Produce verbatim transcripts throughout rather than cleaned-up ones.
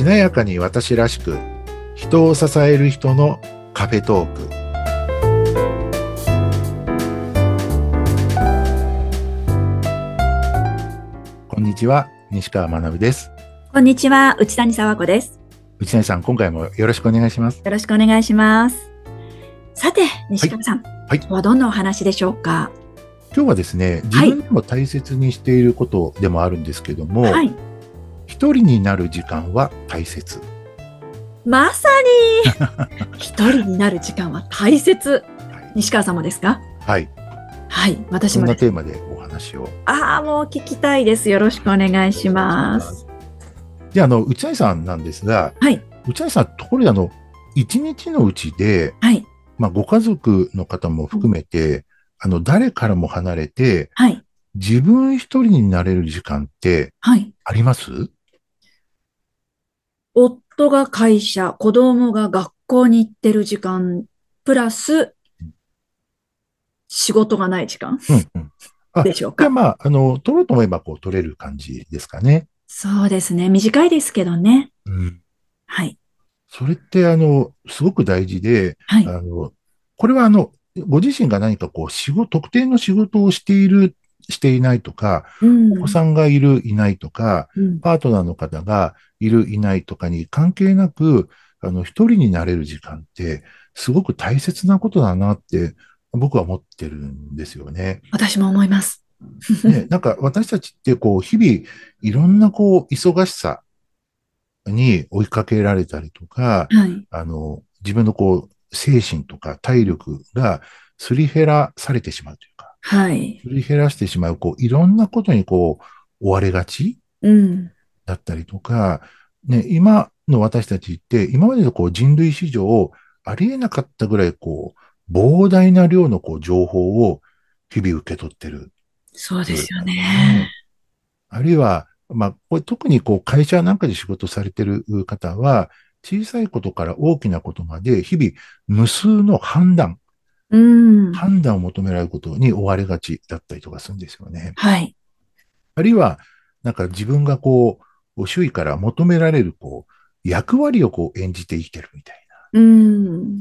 華やかに私らしく、人を支える人のカフェトーク。こんにちは、西川学です。 こんにちは、内谷沢子です。 内谷さん、今回もよろしくお願いします。 よろしくお願いします。さて、西川さん、 はい、 今日はどんなお話でしょうか？ 今日はですね、自分でも大切にしていることでもあるんですけども、 はい。 一人になる時間は大切。 まさに一人になる時間は大切。 はい、 西川さんもですか？ はい。 はい、私そんもです。 なテーマでお話を。 ああ、もう聞きたいです。よろしくお願いします。 で、あの、内谷さんなんですが、 はい。 内谷さん、ところであの、一日のうちで、 はい。 まあ、ご家族の方も含めて、あの、誰からも離れて、 はい。 自分一人になれる時間ってはい。 あります？ 夫が会社、子供が学校に行ってる時間、プラス仕事がない時間うんうん。あ、じゃあでしょうか？ まあ、あの、取ろうと思えばこう取れる感じですかね。 そうですね。短いですけどね。 うん。 はい。 それってあの、すごく大事で、 はい。 あの、これはあの、ご自身が何かこう仕事、特定の仕事をしている、していないとか、 うお子ん。 さんがいる、いないとか、 うん。 パートナーの方がいる、いないとかに関係なく、あの、一人になれる時間って、すごく大切なことだなって、僕は思ってるんですよね。 私も思います。 ね、なんか私たちってこう、日々、いろんなこう、忙しさに追いかけられたりとか、 はい。 あの、自分のこう、精神とか体力がすり減らされてしまうというか、 はい。 すり減らしてしまう、こう、いろんなことにこう、追われがちうん。 だったりとか、ね、今の私たちって、今までのこう人類史上、ありえなかったぐらい、こう、膨大な量のこう情報を日々受け取ってる。 そうですよね。 ね。あるいは、まあ、これ特にこう会社なんかで仕事されてる方は、小さいことから大きなことまで、日々無数の判断、 うん。 判断を求められることに追われがちだったりとかするんですよね。 はい。 あるいは、なんか自分がこう、周囲から求められる、こう、役割をこう演じて生きてるみたいうん。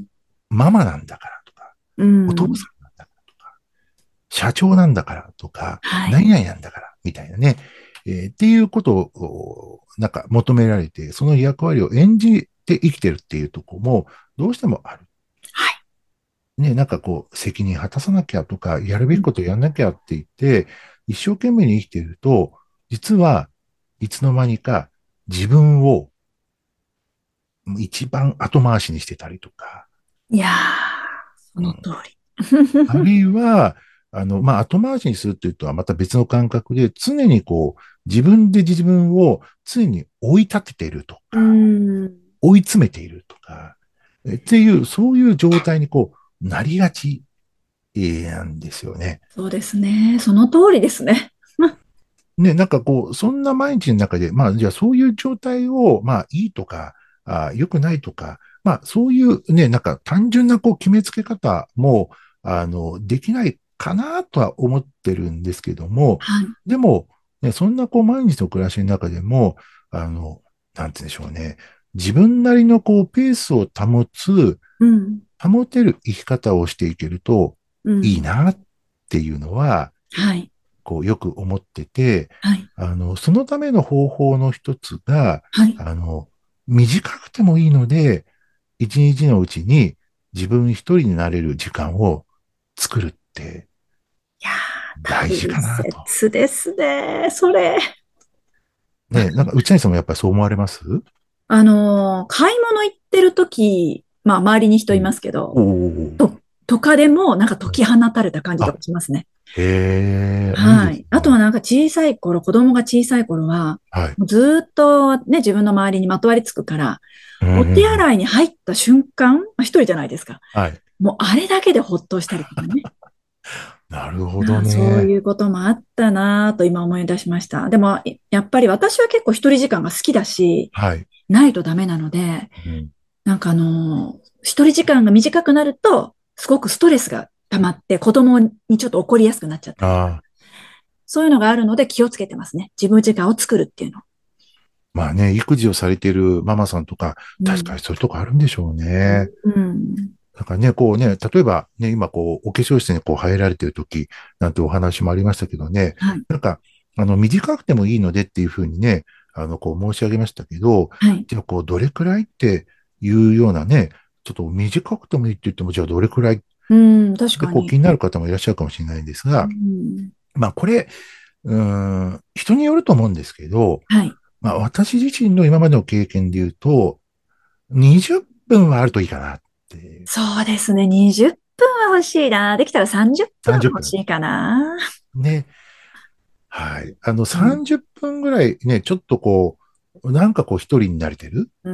な。ママなんだからとか、 うお父さんん。 なんだからとか、社長なんだからとか、 はい。 何々なんだから、みたいなね。えーっていうことを、なんか求められて、その役割を演じて生きてるっていうところも、どうしてもある。 はい。 ね、なんかこう、責任果たさなきゃとか、やるべきうん。 ことやんなきゃって言って、一生懸命に生きていると、実はいつの間にか自分を一番後回しにしてたりとか、 いやー、その通うん、あるり。 いは、あの、まあ、後回しにするっていうとはまた別の感覚で、常にこう、自分で自分を常に追い立てているとうか、 ん。 追い詰めているとか、えっていう、そういう状態にこう、なりがち、えーなんですよね。 そうですね。その通りですね。 ね、なんかこう、そんな毎日の中で、まあ、じゃあそういう状態を、まあ、いいとか、あ良くないとか、まあ、そういうね、なんか単純なこう決めつけ方も、あの、できないかなとは思ってるんですけども、 はい。 でも、ね、そんなこう毎日の暮らしの中でも、あの、なんて言うんでしょうね、自分なりのこうペースを保つ、 うん。 保てる生き方をしていけるとうん。 いいなっていうのは、 はい。 こう、よく思ってて、 はい。 あの、そのための方法の一つが、 はい。 あの、短くてもいいので、一日のうちに自分一人になれる時間を作るっていやー、 大事大かなと。 切ですね。それ。 ね、なんか、内谷さんもやっぱりそう思われます？ あのー買い物行ってる時、まあ、周りに人いうん。 ますけど、 おお。 と、とかでも、なんか解うん。 き放たれた感じとあ、 かしますね。 へえ、いいではい。あとはすね。 なんか小さい頃、子供が小さい頃は、 はい。 もうずーっとね、自分の周りにまとわりつくから、 うんうんお手うん。 洗いに入った瞬間、まあ、一人じゃないですか。 はい。 もうあれだけでほっとしたりとかね。 なるほどああ、そうね。 いうこともあったなぁと今思い出しました。でも、いやっぱり私は結構一人時間が好きだし、 はい。 ないとダメなので、 うん。 なんかあのー一人時間が短くなると、すごくストレスが溜まって子供にちょっと怒りやすくなっちゃったりとか。 ああ。 そういうのがあるので気をつけてますね。自分時間を作るっていうの。 まあね、育児をされているママさんとか、確かうん。 にそういうとこあるんでしょうね。 うん。 だからね、こうね、例えばね、今こう、お化粧室にこう入られてる時なんてお話もありましたけどね、 はい。 なんか、あの、短くてもいいのでっていうふうにね、あの、こう申し上げましたけど、 はい。 じゃあこう、どれくらいっていうようなね、ちょっと短くてもいいって言っても、じゃあどれくらいうん、確で、 かに。 こう気になる方もいらっしゃるかもしれないんですうが、 ん。 まあこれ、うーん、人によると思うんですけど、 はい。 まあ私自身の今までの経験で言うと、にじゅっぷんはあるといいかなっていう。 そうですね。にじゅっぷんは欲しいな。できたらさんじゅっぷん 30分。 欲しいかな。 ね。はい。あのうん。 さんじゅっぷんぐらいね、ちょっとこう、なんかこう一人になれてるうん。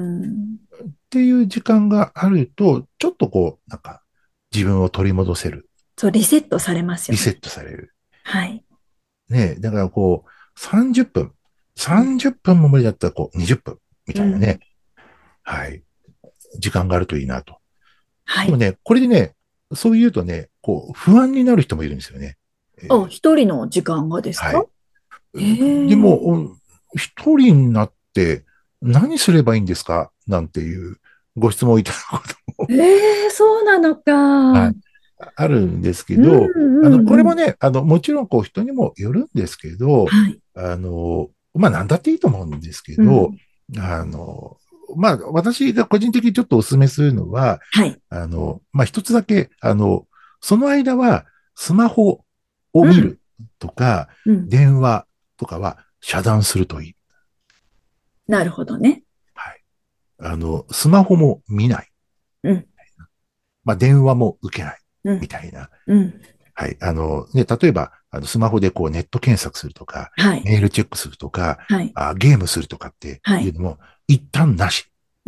っていう時間があると、ちょっとこう、なんか自分を取り戻せる。 そう、リセットされますよね。 リセットされる。 はい。 ね。だからこう、さんじゅっぷん。 うん。 さんじゅっぷんも無理だったらこう、にじゅっぷんみたいなね。 うん。 はい。時間があるといいなと。 はい。 でもね、これでね、そう言うとね、こう、不安になる人もいるんですよね。えあ、 ー一人の時間がですか？ はい。 へでも、 え。 うん一人になって何すればいいんですかなんていうご質問をいただくことも、 ええ、そうなのか。 はい、あるんですけうんど、あの、 うんうん。 これもね、あの、もちろんこう人にもよるんですけど、 はい。 あの、まあ、なんだっていいと思うんですけど、 うん。 あの、まあ、私が個人的にちょっとお勧めするのは、 はい。 あの、まあ、一つだけ、あの、その間はスマホをうん。 見るとか、 うん。 電話とかは遮断するといい。 なるほどね。 はい。あの、スマホも見ない。 うん。 まあ、電話も受けない。 うん。 みたいな。 うん。 はい。あの、ね、例えば、あの、スマホでこうネット検索するとか、 はい。 メールチェックするとか、 はい。 あゲームするとかってはい。 いうのも、一旦なし。 うん。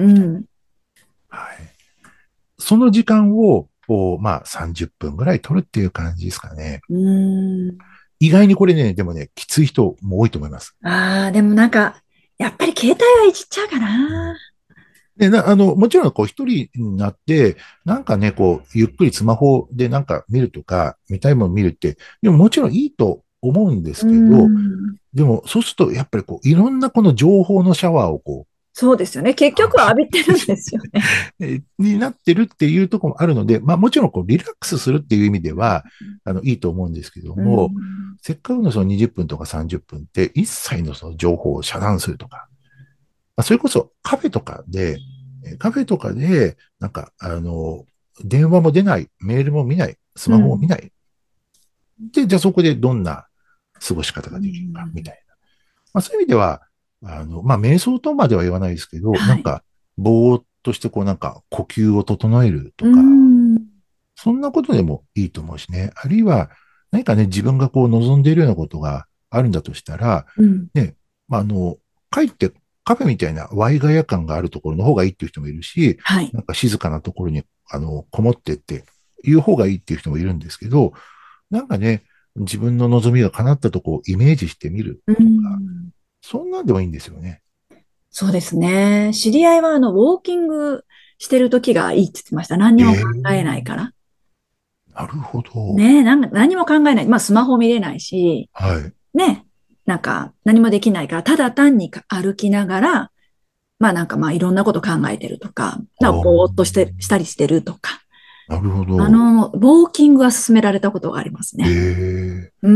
はい。その時間を、こう、まあ、さんじゅっぷんぐらい取るっていう感じですかね。 うん。 意外にこれね、でもね、きつい人も多いと思います。 ああ、でもなんか、やっぱり携帯はいじっちゃうかな。 で、な、あの、もちろん、こう、一人になって、なんかね、こう、ゆっくりスマホでなんか見るとか、見たいもの見るって、でももちろんいいと思うんでうすけど、 ん。 でも、そうすると、やっぱりこう、いろんなこの情報のシャワーをこう、 そうですよね。結局は浴びてるんですよね。 えになってるっていうところもあるので、まあもちろんこうリラックスするっていう意味では、あの、いいと思うんですけどうも、 ん。 せっかくのそのにじゅっぷんとかさんじゅっぷんって一切のその情報を遮断するとか、まあ、それこそカフェとかで、カフェとかで、なんか、あの、電話も出ない、メールも見ない、スマホも見うん。 ない。で、じゃあそこでどんな過ごし方うができるか、みたん。 いな。まあそういう意味では、あの、まあ瞑想とまでは言わないですけど、なはい。 んか、ぼーっとしてこうなんか呼吸を整えるとうか、 ん。そそんなことでもいいと思うしね。あるいは、何かね、自分がこう望んでいるようなことがあるんだとしたら、 うん。 ね、まあ、あの、かえってカフェみたいなワイガヤ感があるところの方がいいっていう人もいるし、 はい。 なんか静かなところに、あの、こもってっていう方がいいっていう人もいるんですけど、なんかね、自分の望みが叶ったとこをイメージしてみるうとか、 ん。 そんなんでもいいんですよね。 そうですね。知り合いは、あの、ウォーキングしてる時がいいって言ってました。何にも考ええ、 えないから。 なるほど。 ねえ、なん何も考えない。まあ、スマホ見れないし、 はい。 ね、なんか何もできないから、ただ単に歩きながら、まあなんかまあいろんなこと考えてるとか、 あなんかぼーっとしあ、 て、したりしてるとか。 なるほど。 あの、ウォーキングは勧められたことがありますえね。 え、 うん。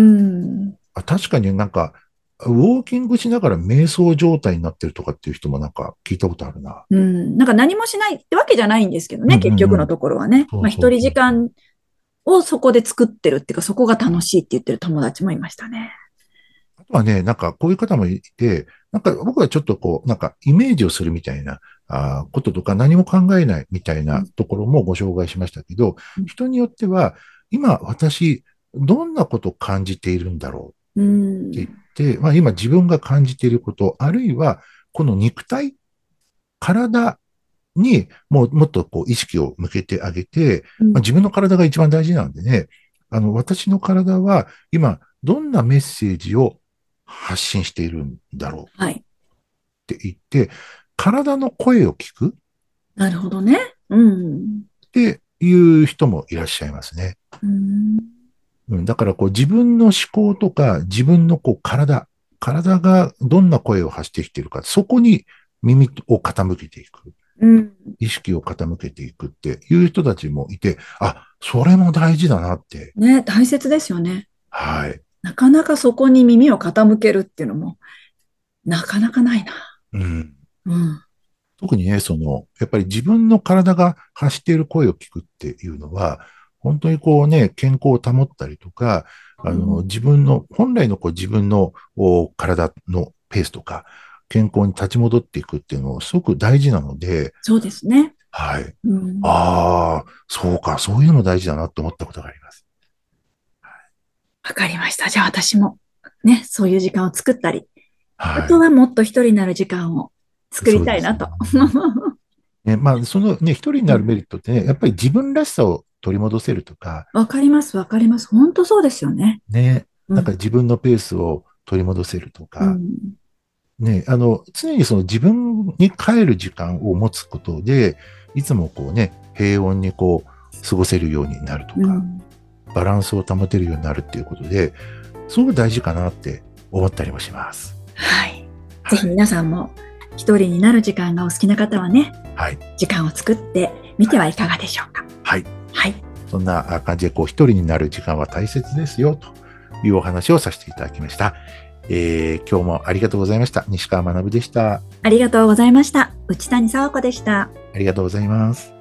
あ、確かになんか、ウォーキングしながら瞑想状態になってるとかっていう人もなんか聞いたことあるな。 うん。なんか何もしないってわけじゃないんですけどうんね、結うんうん。 局のところはね。 そうまあ一人そうそうそう。 時間をそこで作ってるっていうか、そこが楽しいって言ってる友達もいましたね。 あとはね、なんかこういう方もいて、なんか僕はちょっとこう、なんかイメージをするみたいなあこととか何も考えないみたいなうん。 ところもご紹介しましたけど、 うん。 人によっては、今私、どんなことを感じているんだろううっん。 て言って、まあ今自分が感じていること、あるいはこの肉体、体にもうもっとこう意識を向けてあげて、まあ、 うん。 自分の体が一番大事なんでね、あの、私の体は今どんなメッセージを発信しているんだろはい。 うって言って、体の声を聞くっなるほどね。うん。 ていう人もいらっしゃいますね。 うん。 うん、だからこう自分の思考とか自分のこう体、 体がどんな声を発してきているか、そこに耳を傾けていく。 うん。 意識を傾けていくっていう人たちもいて、あ、それも大事だなって。 ね、大切ですよね。 はい。 なかなかそこに耳を傾けるっていうのも、なかなかないな。 うん。 うん。 特にね、その、やっぱり自分の体が発している声を聞くっていうのは、本当にこうね、健康を保ったりとか、あの、自分の、本来のこう自分のお体のペースとか、健康に立ち戻っていくっていうのをすごく大事なので、 そうですね。 はい。 うん。 ああ、そうか、そういうのも大事だなって思ったことがあります。 わかりました。じゃあ私も、ね、そういう時間を作ったり、あはい。 とはもっと一人になる時間を作りそうですたいなと。 ね。ね、まあ、そのね、一人にうん。 なるメリットってね、やっぱり自分らしさを取り戻せるとか、 わかります、わかります。本当そうですよね。 ね、なんかうん。 自分のペースを取り戻せるとか、 うん。 ね、あの、常にその自分に帰る時間を持つことで、いつもこうね、平穏にこう、過ごせるようになるとか、 うん。 バランスを保てるようになるっていうことで、すごく大事かなって思ったりもします。 はい。ぜひはい。 皆さんも一人になる時間がお好きな方はね、 はい。 時間を作ってみてはいかがでしょうか。 はい。 はい。 そんな感じで、こう、一人になる時間は大切ですよ、というお話をさせていただきました。えー、今日もありがとうございました。西川学でした。 ありがとうございました。内谷沙和子でした。 ありがとうございます。